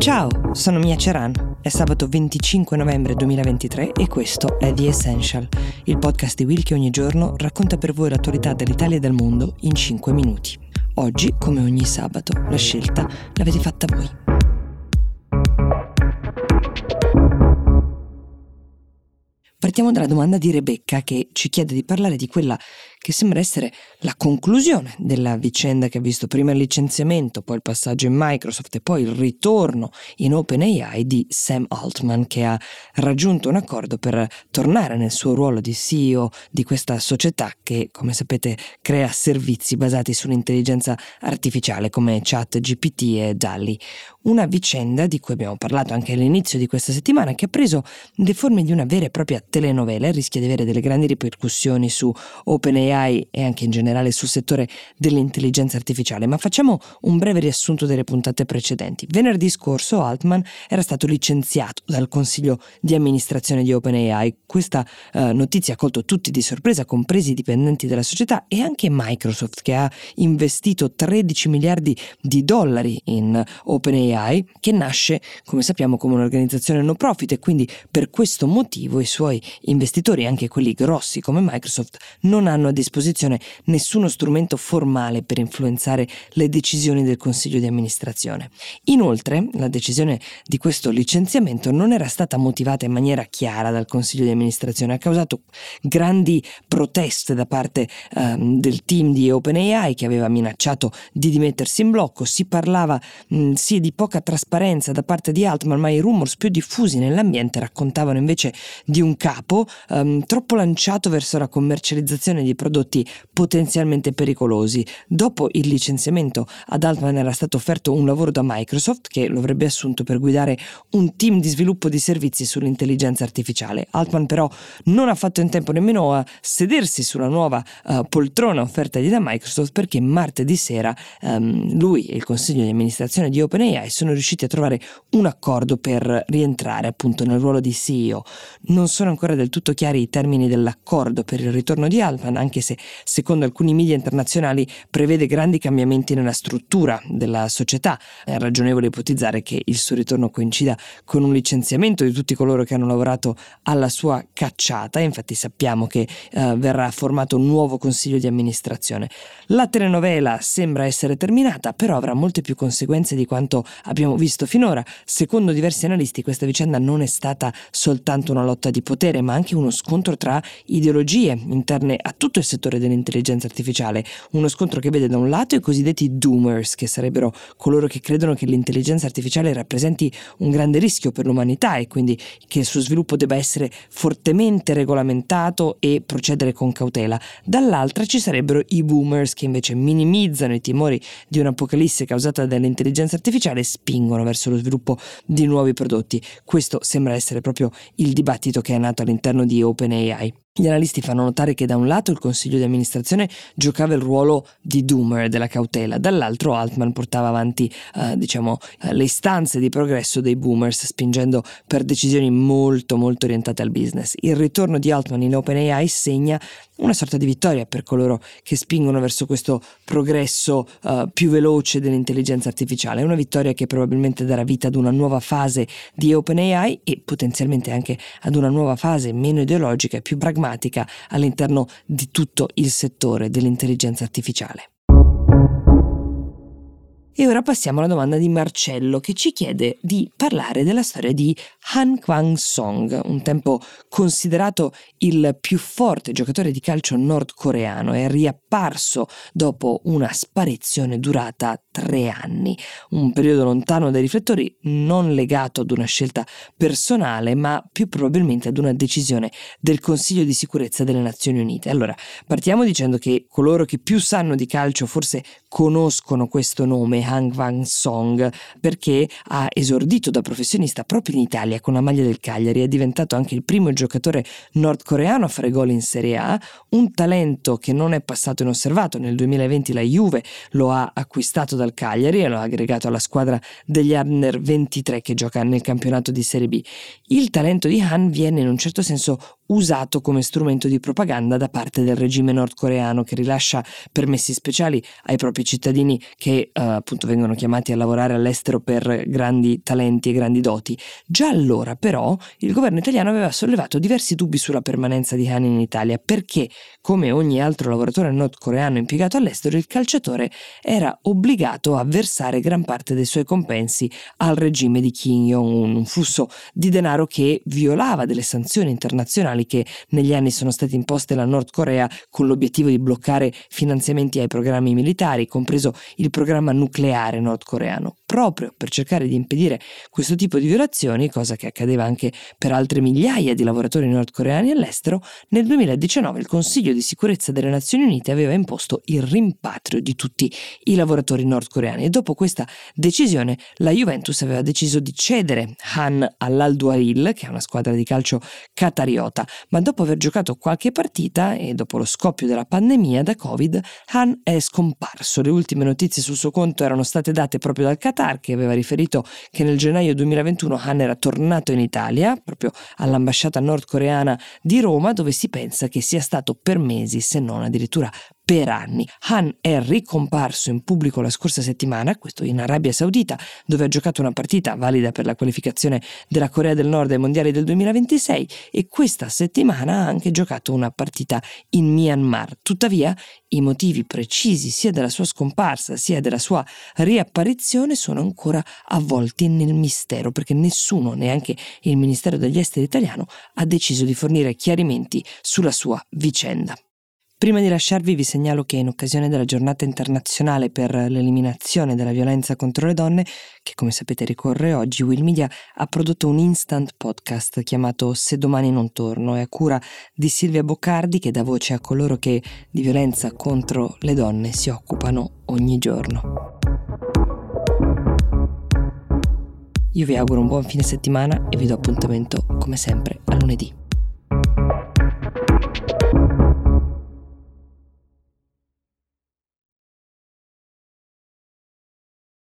Ciao, sono Mia Ceran. È sabato 25 novembre 2023 e questo è The Essential, il podcast di Will che ogni giorno racconta per voi l'attualità dell'Italia e del mondo in 5 minuti. Oggi, come ogni sabato, la scelta l'avete fatta voi. Partiamo dalla domanda di Rebecca, che ci chiede di parlare di quella che sembra essere la conclusione della vicenda che ha visto prima il licenziamento, poi il passaggio in Microsoft e poi il ritorno in OpenAI di Sam Altman, che ha raggiunto un accordo per tornare nel suo ruolo di CEO di questa società che, come sapete, crea servizi basati sull'intelligenza artificiale come ChatGPT e DALL-E. Una vicenda di cui abbiamo parlato anche all'inizio di questa settimana, che ha preso le forme di una vera e propria telenovela e rischia di avere delle grandi ripercussioni su OpenAI e anche in generale sul settore dell'intelligenza artificiale. Ma facciamo un breve riassunto delle puntate precedenti. Venerdì scorso Altman era stato licenziato dal consiglio di amministrazione di OpenAI. Questa notizia ha colto tutti di sorpresa, compresi i dipendenti della società e anche Microsoft, che ha investito 13 miliardi di dollari in OpenAI, che nasce, come sappiamo, come un'organizzazione no profit, e quindi per questo motivo i suoi investitori, anche quelli grossi come Microsoft, non hanno a disposizione nessuno strumento formale per influenzare le decisioni del consiglio di amministrazione. Inoltre, la decisione di questo licenziamento non era stata motivata in maniera chiara dal consiglio di amministrazione, ha causato grandi proteste da parte del team di OpenAI, che aveva minacciato di dimettersi in blocco. Si parlava sì di poca trasparenza da parte di Altman, ma i rumors più diffusi nell'ambiente raccontavano invece di un capo troppo lanciato verso la commercializzazione di prodotti potenzialmente pericolosi. Dopo il licenziamento ad Altman era stato offerto un lavoro da Microsoft, che lo avrebbe assunto per guidare un team di sviluppo di servizi sull'intelligenza artificiale. Altman però non ha fatto in tempo nemmeno a sedersi sulla nuova poltrona offertagli da Microsoft, perché martedì sera lui e il consiglio di amministrazione di OpenAI sono riusciti a trovare un accordo per rientrare appunto nel ruolo di CEO. Non sono ancora del tutto chiari i termini dell'accordo per il ritorno di Altman, anche se secondo alcuni media internazionali prevede grandi cambiamenti nella struttura della società. È ragionevole ipotizzare che il suo ritorno coincida con un licenziamento di tutti coloro che hanno lavorato alla sua cacciata. Infatti sappiamo che verrà formato un nuovo consiglio di amministrazione. La telenovela sembra essere terminata, però avrà molte più conseguenze di quanto abbiamo visto finora. Secondo diversi analisti questa vicenda non è stata soltanto una lotta di potere, ma anche uno scontro tra ideologie interne a tutto il settore dell'intelligenza artificiale, uno scontro che vede da un lato i cosiddetti doomers, che sarebbero coloro che credono che l'intelligenza artificiale rappresenti un grande rischio per l'umanità e quindi che il suo sviluppo debba essere fortemente regolamentato e procedere con cautela. Dall'altra ci sarebbero i boomers, che invece minimizzano i timori di un'apocalisse causata dall'intelligenza artificiale e spingono verso lo sviluppo di nuovi prodotti. Questo sembra essere proprio il dibattito che è nato all'interno di OpenAI. Gli analisti fanno notare che da un lato il consiglio di amministrazione giocava il ruolo di doomer, della cautela, dall'altro Altman portava avanti le istanze di progresso dei boomers, spingendo per decisioni molto orientate al business. Il ritorno di Altman in OpenAI segna una sorta di vittoria per coloro che spingono verso questo progresso più veloce dell'intelligenza artificiale. È una vittoria che probabilmente darà vita ad una nuova fase di OpenAI e potenzialmente anche ad una nuova fase meno ideologica e più pragmatica all'interno di tutto il settore dell'intelligenza artificiale. E ora passiamo alla domanda di Marcello, che ci chiede di parlare della storia di Han Kwang-song, un tempo considerato il più forte giocatore di calcio nordcoreano. È riapparso dopo una sparizione durata 3 anni, un periodo lontano dai riflettori, non legato ad una scelta personale, ma più probabilmente ad una decisione del Consiglio di sicurezza delle Nazioni Unite. Allora, partiamo dicendo che coloro che più sanno di calcio forse conoscono questo nome, Han Kwang-song, perché ha esordito da professionista proprio in Italia con la maglia del Cagliari. È diventato anche il primo giocatore nordcoreano a fare gol in Serie A, un talento che non è passato inosservato. Nel 2020 la Juve lo ha acquistato dal Cagliari e lo ha aggregato alla squadra degli Under 23 che gioca nel campionato di Serie B. Il talento di Han viene in un certo senso usato come strumento di propaganda da parte del regime nordcoreano, che rilascia permessi speciali ai propri cittadini che appunto vengono chiamati a lavorare all'estero per grandi talenti e grandi doti. Già allora però il governo italiano aveva sollevato diversi dubbi sulla permanenza di Han in Italia, perché come ogni altro lavoratore nordcoreano impiegato all'estero, il calciatore era obbligato a versare gran parte dei suoi compensi al regime di Kim Jong-un, un flusso di denaro che violava delle sanzioni internazionali che negli anni sono state imposte alla Nord Corea con l'obiettivo di bloccare finanziamenti ai programmi militari, compreso il programma nucleare nordcoreano. Proprio per cercare di impedire questo tipo di violazioni, cosa che accadeva anche per altre migliaia di lavoratori nordcoreani all'estero, nel 2019 il Consiglio di sicurezza delle Nazioni Unite aveva imposto il rimpatrio di tutti i lavoratori nordcoreani, e dopo questa decisione la Juventus aveva deciso di cedere Han all'Al Duhail, che è una squadra di calcio qatariota, ma dopo aver giocato qualche partita e dopo lo scoppio della pandemia da Covid, Han è scomparso. Le ultime notizie sul suo conto erano state date proprio dal Qatar, che aveva riferito che nel gennaio 2021 Han era tornato in Italia, proprio all'ambasciata nordcoreana di Roma, dove si pensa che sia stato per mesi, se non addirittura per anni. Han è ricomparso in pubblico la scorsa settimana, questo in Arabia Saudita, dove ha giocato una partita valida per la qualificazione della Corea del Nord ai mondiali del 2026, e questa settimana ha anche giocato una partita in Myanmar. Tuttavia, i motivi precisi sia della sua scomparsa sia della sua riapparizione sono ancora avvolti nel mistero, perché nessuno, neanche il Ministero degli Esteri italiano, ha deciso di fornire chiarimenti sulla sua vicenda. Prima di lasciarvi vi segnalo che in occasione della giornata internazionale per l'eliminazione della violenza contro le donne, che come sapete ricorre oggi, Will Media ha prodotto un instant podcast chiamato Se domani non torno, è a cura di Silvia Boccardi, che dà voce a coloro che di violenza contro le donne si occupano ogni giorno. Io vi auguro un buon fine settimana e vi do appuntamento come sempre a lunedì.